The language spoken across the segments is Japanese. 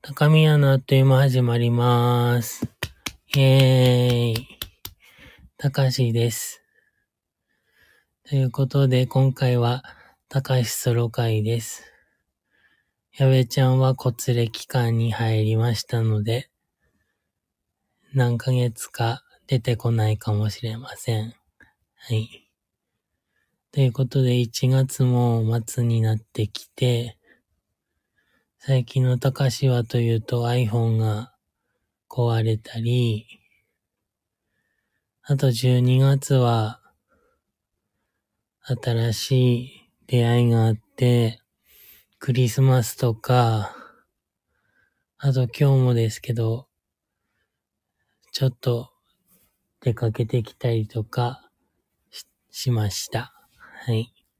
高宮のあっという間始まります。イェーイ。たかしです。ということで、今回は、たかしソロ会です。やべちゃんは骨歴期間に入りましたので、何ヶ月か出てこないかもしれません。はい。ということで、1月も末になってきて、最近のたかしはというと iPhone が壊れたり、あと12月は新しい出会いがあって、クリスマスとか、あと今日もですけど、ちょっと出かけてきたりとかしました。はい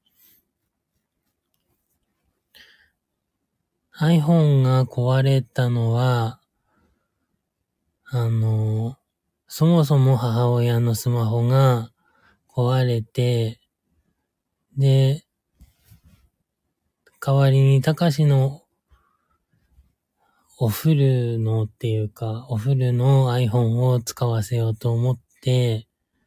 。iPhone が壊れたのは、そもそも母親のスマホが壊れて、で、代わりにたかしのおフルのっていうか、おフルの iPhone を使わせようと思って、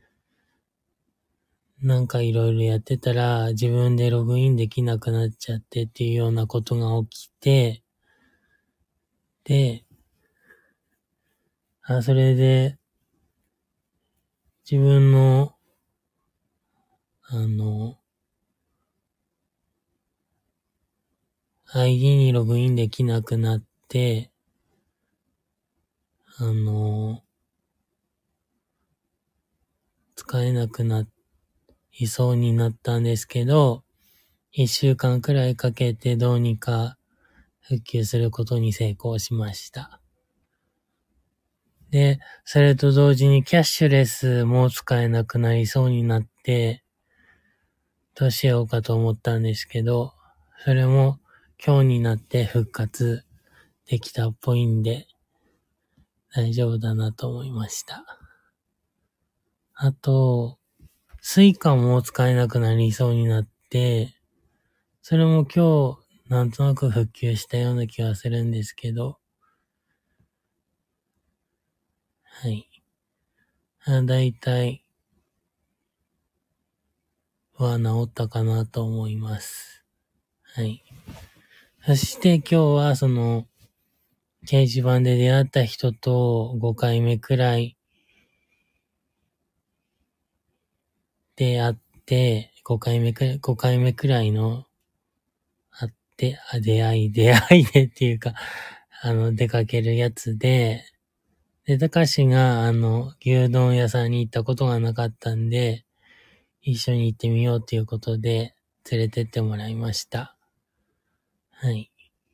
なんかいろいろやってたら自分でログインできなくなっちゃってっていうようなことが起きて、で、それで自分の、ID にログインできなくなって、使えなくなりそうになったんですけど、1週間くらいかけてどうにか復旧することに成功しました。で、それと同時にキャッシュレスも使えなくなりそうになって、どうしようかと思ったんですけど、それも今日になって復活できたっぽいんで、大丈夫だなと思いました。あと、スイカも使えなくなりそうになって、それも今日なんとなく復旧したような気がするんですけど、はい。だいたいは治ったかなと思います。はい。そして今日は掲示板で出会った人と5回目くらい出会って、5回目くらいの会って、出会いでっていうか、出かけるやつで、で、たかしが、牛丼屋さんに行ったことがなかったんで、一緒に行ってみようということで、連れてってもらいました。はい。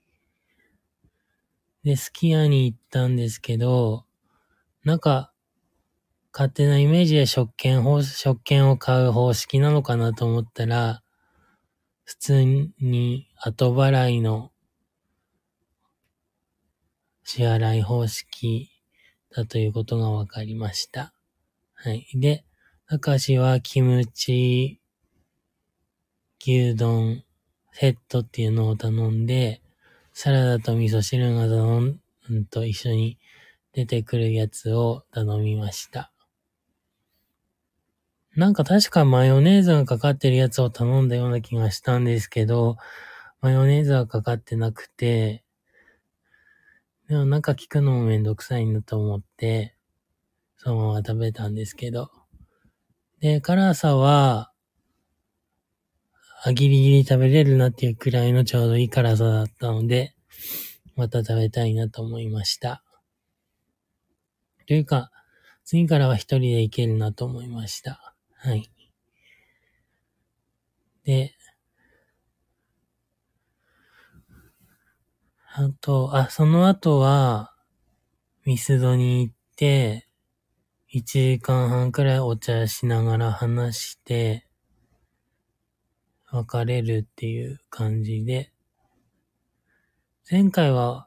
で、すき家に行ったんですけど、なんか、勝手なイメージで食券を買う方式なのかなと思ったら、普通に後払いの支払い方式だということが分かりました。はい。で、たかしはキムチ牛丼セットっていうのを頼んで、サラダと味噌汁が一緒に出てくるやつを頼みました。なんか確かマヨネーズがかかってるやつを頼んだような気がしたんですけど、マヨネーズはかかってなくて、でもなんか聞くのもめんどくさいなと思って、そのまま食べたんですけど。で、辛さは、ギリギリ食べれるなっていうくらいのちょうどいい辛さだったので、また食べたいなと思いました。というか、次からは一人で行けるなと思いました。はい。で、その後は、ミスドに行って、1時間半くらいお茶しながら話して、別れるっていう感じで、前回は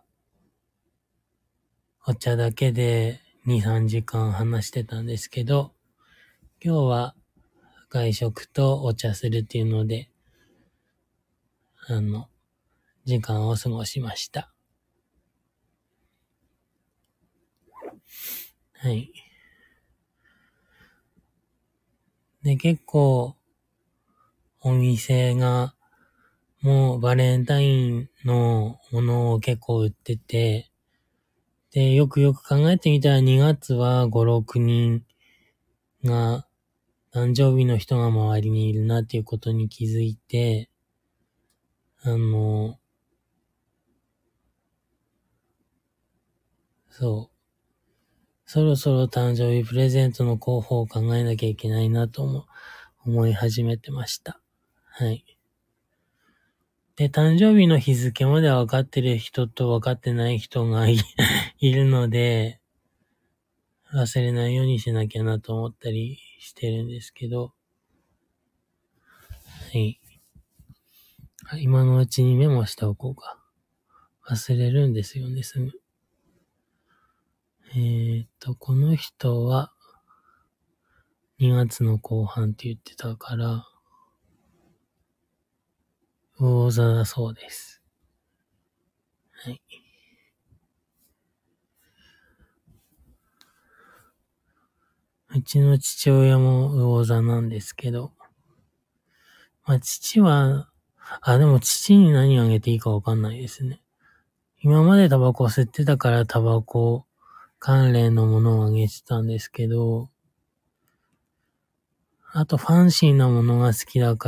お茶だけで2、3時間話してたんですけど、今日は外食とお茶するっていうので、時間を過ごしました。 はい。で、結構、お店が、もうバレンタインのものを結構売ってて、で、よくよく考えてみたら2月は5、6人が、誕生日の人が周りにいるなっていうことに気づいて、そう。そろそろ誕生日プレゼントの候補を考えなきゃいけないなと思い始めてました。はい。で、誕生日の日付まで分かってる人と分かってない人がいるので、忘れないようにしなきゃなと思ったりしてるんですけど、はい。今のうちにメモしておこうか。忘れるんですよね、すぐ。この人は2月の後半って言ってたから、魚座だそうです。はい。うちの父親も魚座なんですけど、父は、でも父に何あげていいかわかんないですね。今までタバコを吸ってたからタバコ関連のものをあげてたんですけど、あとファンシーなものが好きだから、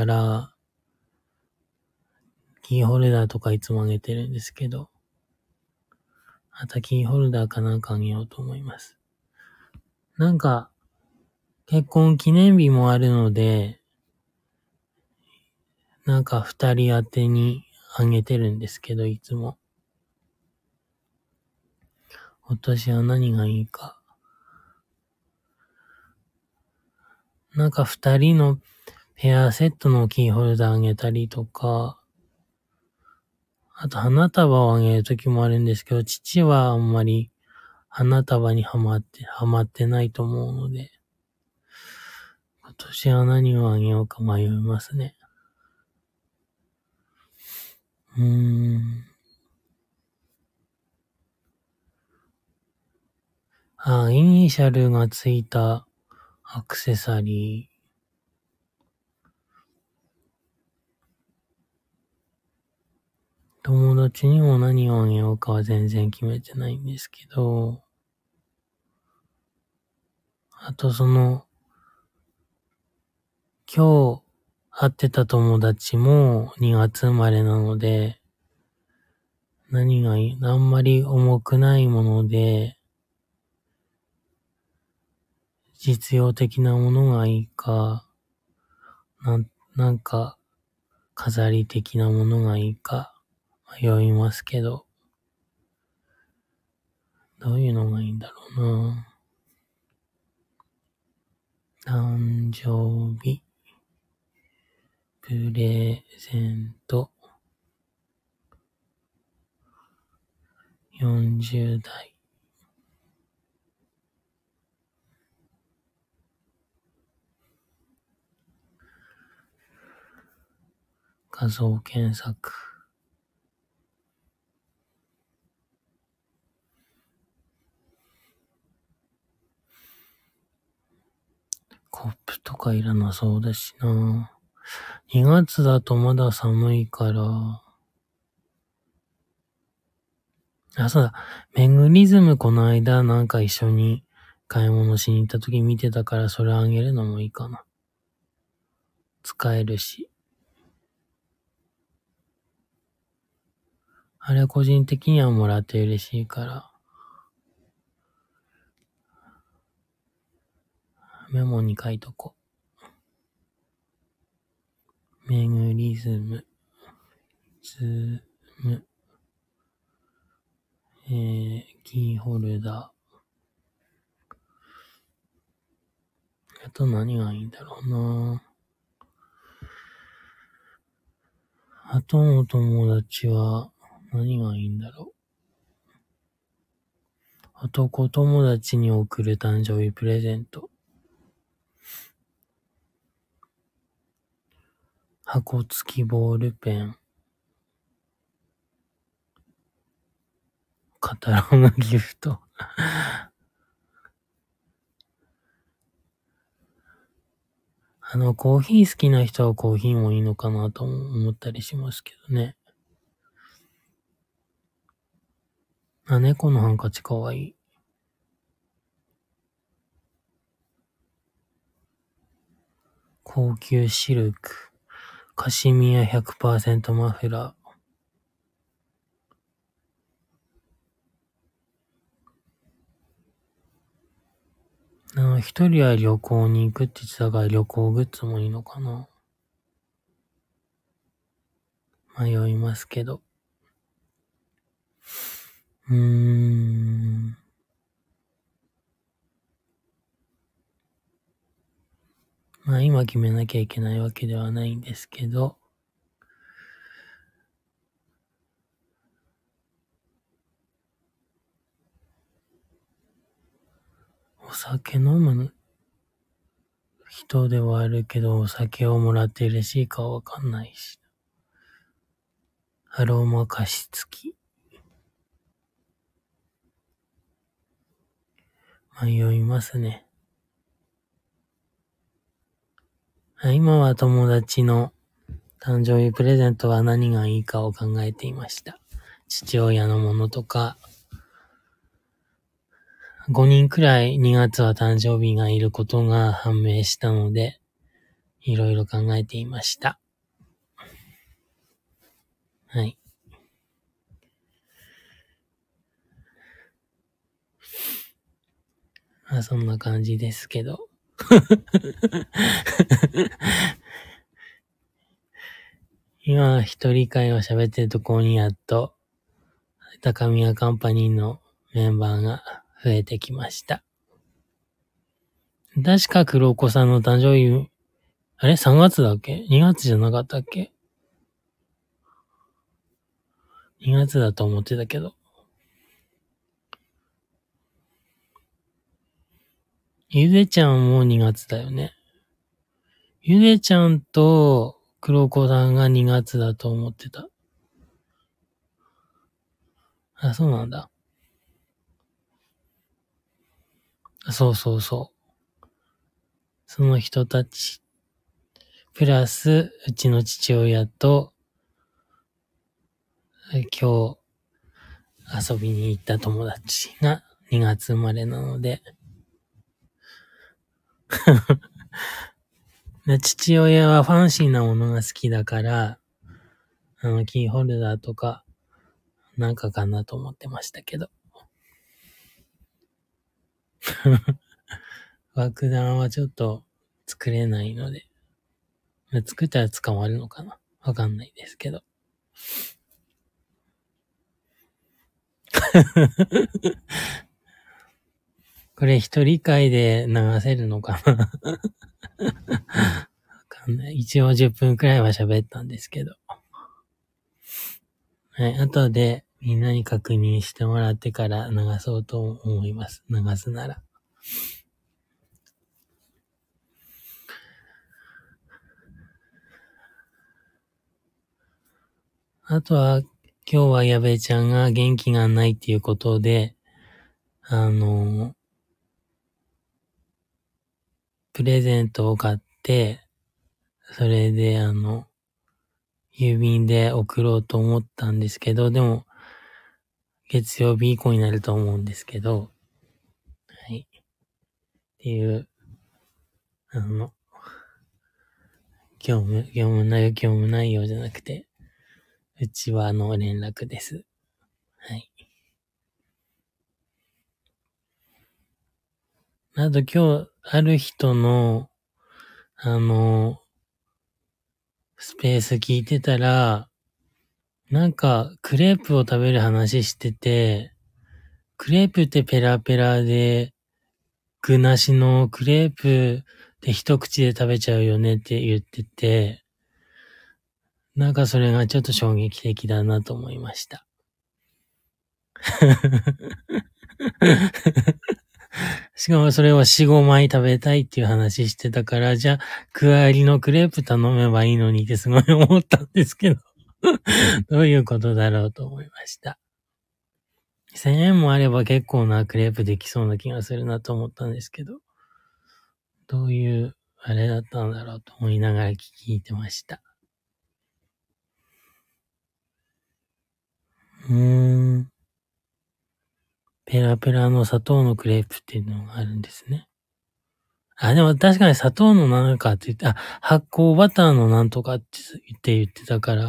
キーホルダーとかいつもあげてるんですけど、あとキーホルダーかなんかあげようと思います。なんか、結婚記念日もあるので、なんか二人宛てにあげてるんですけど、いつも。今年は何がいいか。なんか二人のペアセットのキーホルダーあげたりとか、あと花束をあげるときもあるんですけど、父はあんまり花束にはまってないと思うので、今年は何をあげようか迷いますね。イニシャルがついたアクセサリー。友達にも何をあげようかは全然決めてないんですけど、あと今日会ってた友達も2月生まれなので、何がいい？あんまり重くないもので、実用的なものがいいか、なんか飾り的なものがいいか迷いますけど、どういうのがいいんだろうな。誕生日、プレゼント、40代。画像検索。コップとかいらなそうだしな。2月だとまだ寒いから。そうだ。メグリズムこの間なんか一緒に買い物しに行った時見てたからそれあげるのもいいかな。使えるし。あれ個人的にはもらって嬉しいから。メモに書いとこう。メグリズム。キーホルダー。あと何がいいんだろうな。あとの友達は何がいいんだろう。男友達に送る誕生日プレゼント。箱付きボールペン。カタログギフト。 コーヒー好きな人はコーヒーもいいのかなと思ったりしますけどね。猫のハンカチかわいい。高級シルク。カシミヤ 100% マフラー。一人は旅行に行くって言ってたから旅行グッズもいいのかな。迷いますけど。今決めなきゃいけないわけではないんですけど、お酒飲む人ではあるけど、お酒をもらって嬉しいかわかんないし。アロマ加湿器。迷いますね。今は友達の誕生日プレゼントは何がいいかを考えていました。父親のものとか、5人くらい2月は誕生日がいることが判明したので、いろいろ考えていました。はい。そんな感じですけど。今、一人会を喋ってるところにやっと、高宮カンパニーのメンバーが増えてきました。確か黒子さんの誕生日、3月だっけ ?2 月じゃなかったっけ ?2 月だと思ってたけど。ゆでちゃんも2月だよね。ゆでちゃんと黒子さんが2月だと思ってた。そうなんだ。そうそうそう。その人たち、プラス、うちの父親と、今日遊びに行った友達が2月生まれなので、で父親はファンシーなものが好きだから、キーホルダーとか、なんかかなと思ってましたけど。爆弾はちょっと作れないので、作ったら捕まるのかなわかんないですけど。これ一人会で流せるのかなわかんない。一応10分くらいは喋ったんですけど。はい、後でみんなに確認してもらってから流そうと思います。流すなら。あとは、今日は矢部ちゃんが元気がないっていうことで、プレゼントを買って、それで郵便で送ろうと思ったんですけど、でも、月曜日以降になると思うんですけど、はい。っていう、業務内容じゃなくて、うちわの連絡です。はい。あと今日、ある人の、スペース聞いてたら、なんか、クレープを食べる話してて、クレープってペラペラで、具なしのクレープで一口で食べちゃうよねって言ってて、なんかそれがちょっと衝撃的だなと思いました。しかもそれは4、5枚食べたいっていう話してたから、じゃあ、区割りのクレープ頼めばいいのにってすごい思ったんですけど、どういうことだろうと思いました。1000円もあれば結構なクレープできそうな気がするなと思ったんですけど、どういうあれだったんだろうと思いながら聞いてました。ペラペラの砂糖のクレープっていうのがあるんですね。あ、でも確かに砂糖のなんかって言って、発酵バターのなんとかって言ってたから。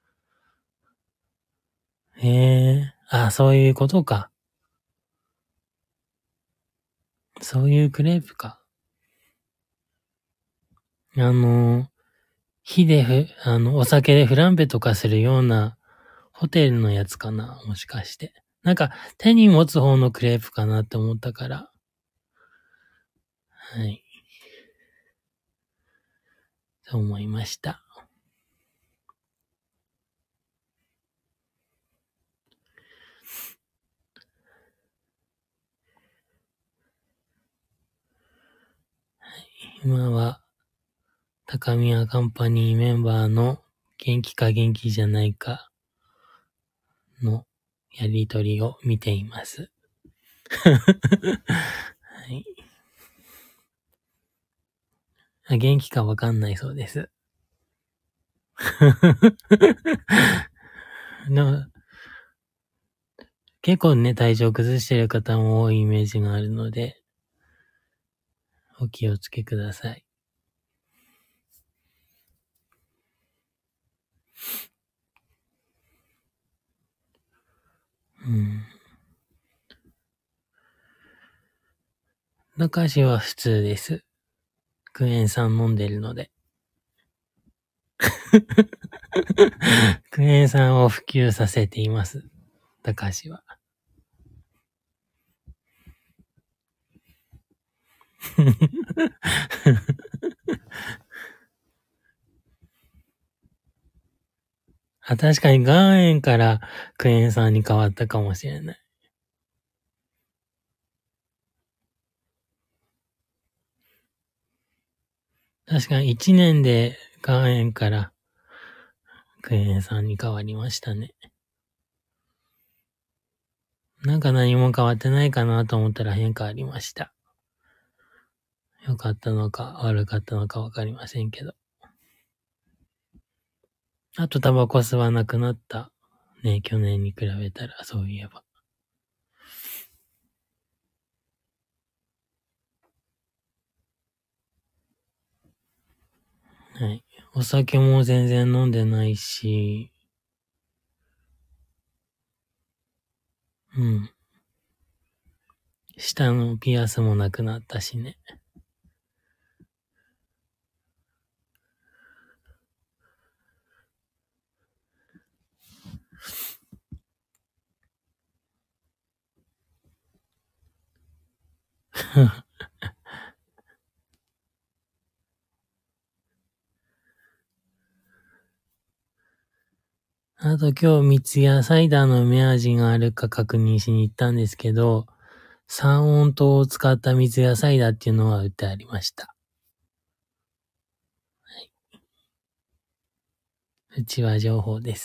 そういうことか。そういうクレープか。火でお酒でフランベとかするようなホテルのやつかな、もしかして。なんか手に持つ方のクレープかなって思ったから。はい。そう思いました。今は、高宮カンパニーメンバーの元気か元気じゃないかのやりとりを見ています。はい。元気かわかんないそうです。結構ね、体調崩してる方も多いイメージがあるので、お気をつけください。中氏は普通です。クエン酸飲んでるので。クエン酸を普及させています。高橋は。確かに岩塩からクエン酸に変わったかもしれない。確かに1年で岩塩からクエン酸に変わりましたね。なんか何も変わってないかなと思ったら変化ありました。良かったのか悪かったのかわかりませんけど。あとタバコ吸わなくなった。ね、去年に比べたらそういえば。はい。お酒も全然飲んでないし、下のピアスもなくなったしね。あと今日三ツ矢サイダーの梅味があるか確認しに行ったんですけど、三温糖を使った三ツ矢サイダーっていうのは売ってありました。はい、うちは情報です。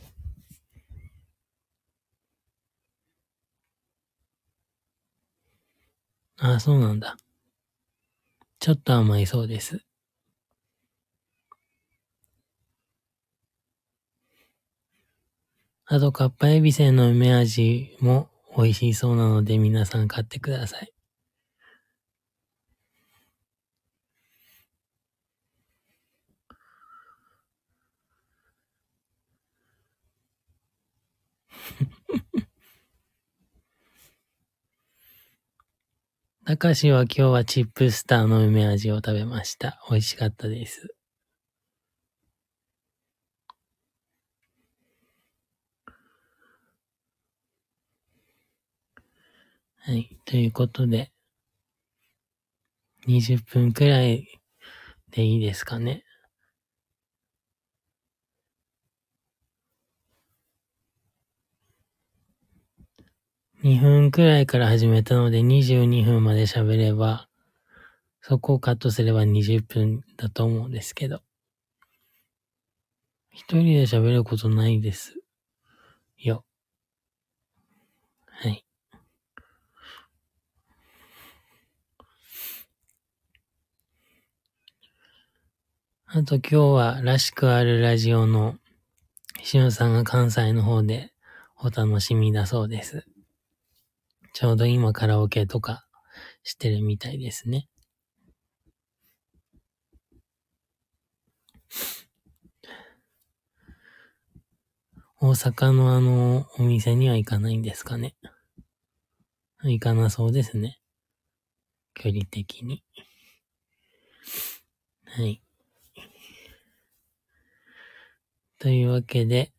そうなんだ。ちょっと甘いそうです。あと、かっぱえびせんの梅味も美味しそうなので皆さん買ってください。たかしは今日はチップスターの梅味を食べました。美味しかったです。はい。ということで、20分くらいでいいですかね。2分くらいから始めたので22分まで喋れば、そこをカットすれば20分だと思うんですけど。一人で喋ることないですよ。はい。 あと今日はらしくあるラジオのしゅんさんが関西の方でお楽しみだそうです。ちょうど今カラオケとかしてるみたいですね。大阪のお店には行かないんですかね。行かなそうですね。距離的に。はい。というわけで、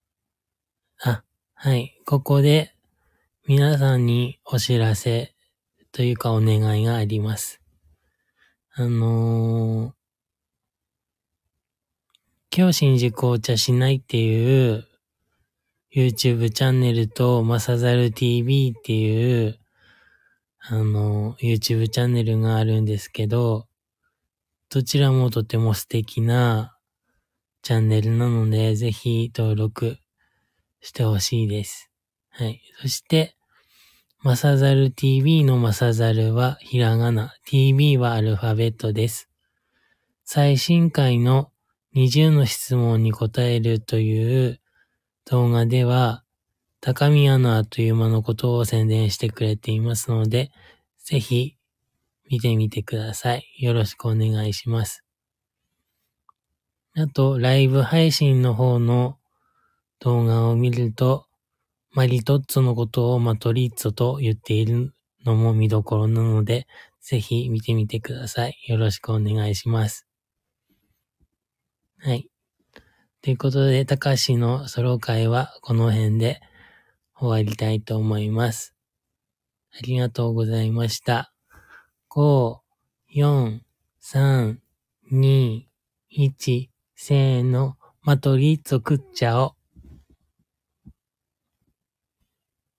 はい。ここで皆さんにお知らせというかお願いがあります。今日新宿お茶しないっていう YouTube チャンネルとまさざる TV っていうYouTube チャンネルがあるんですけど、どちらもとても素敵なチャンネルなので、ぜひ登録してほしいです。はい。そして、まさざる TV のまさざるはひらがな、TV はアルファベットです。最新回の20の質問に答えるという動画では、高宮のあっという間のことを宣伝してくれていますので、ぜひ見てみてください。よろしくお願いします。あと、ライブ配信の方の動画を見ると、マリトッツォのことをマトリッツォと言っているのも見どころなので、ぜひ見てみてください。よろしくお願いします。はい。ということで、たかしのソロ会はこの辺で終わりたいと思います。ありがとうございました。5、4、3、2、1、せーの、マトリッツォ食っちゃお。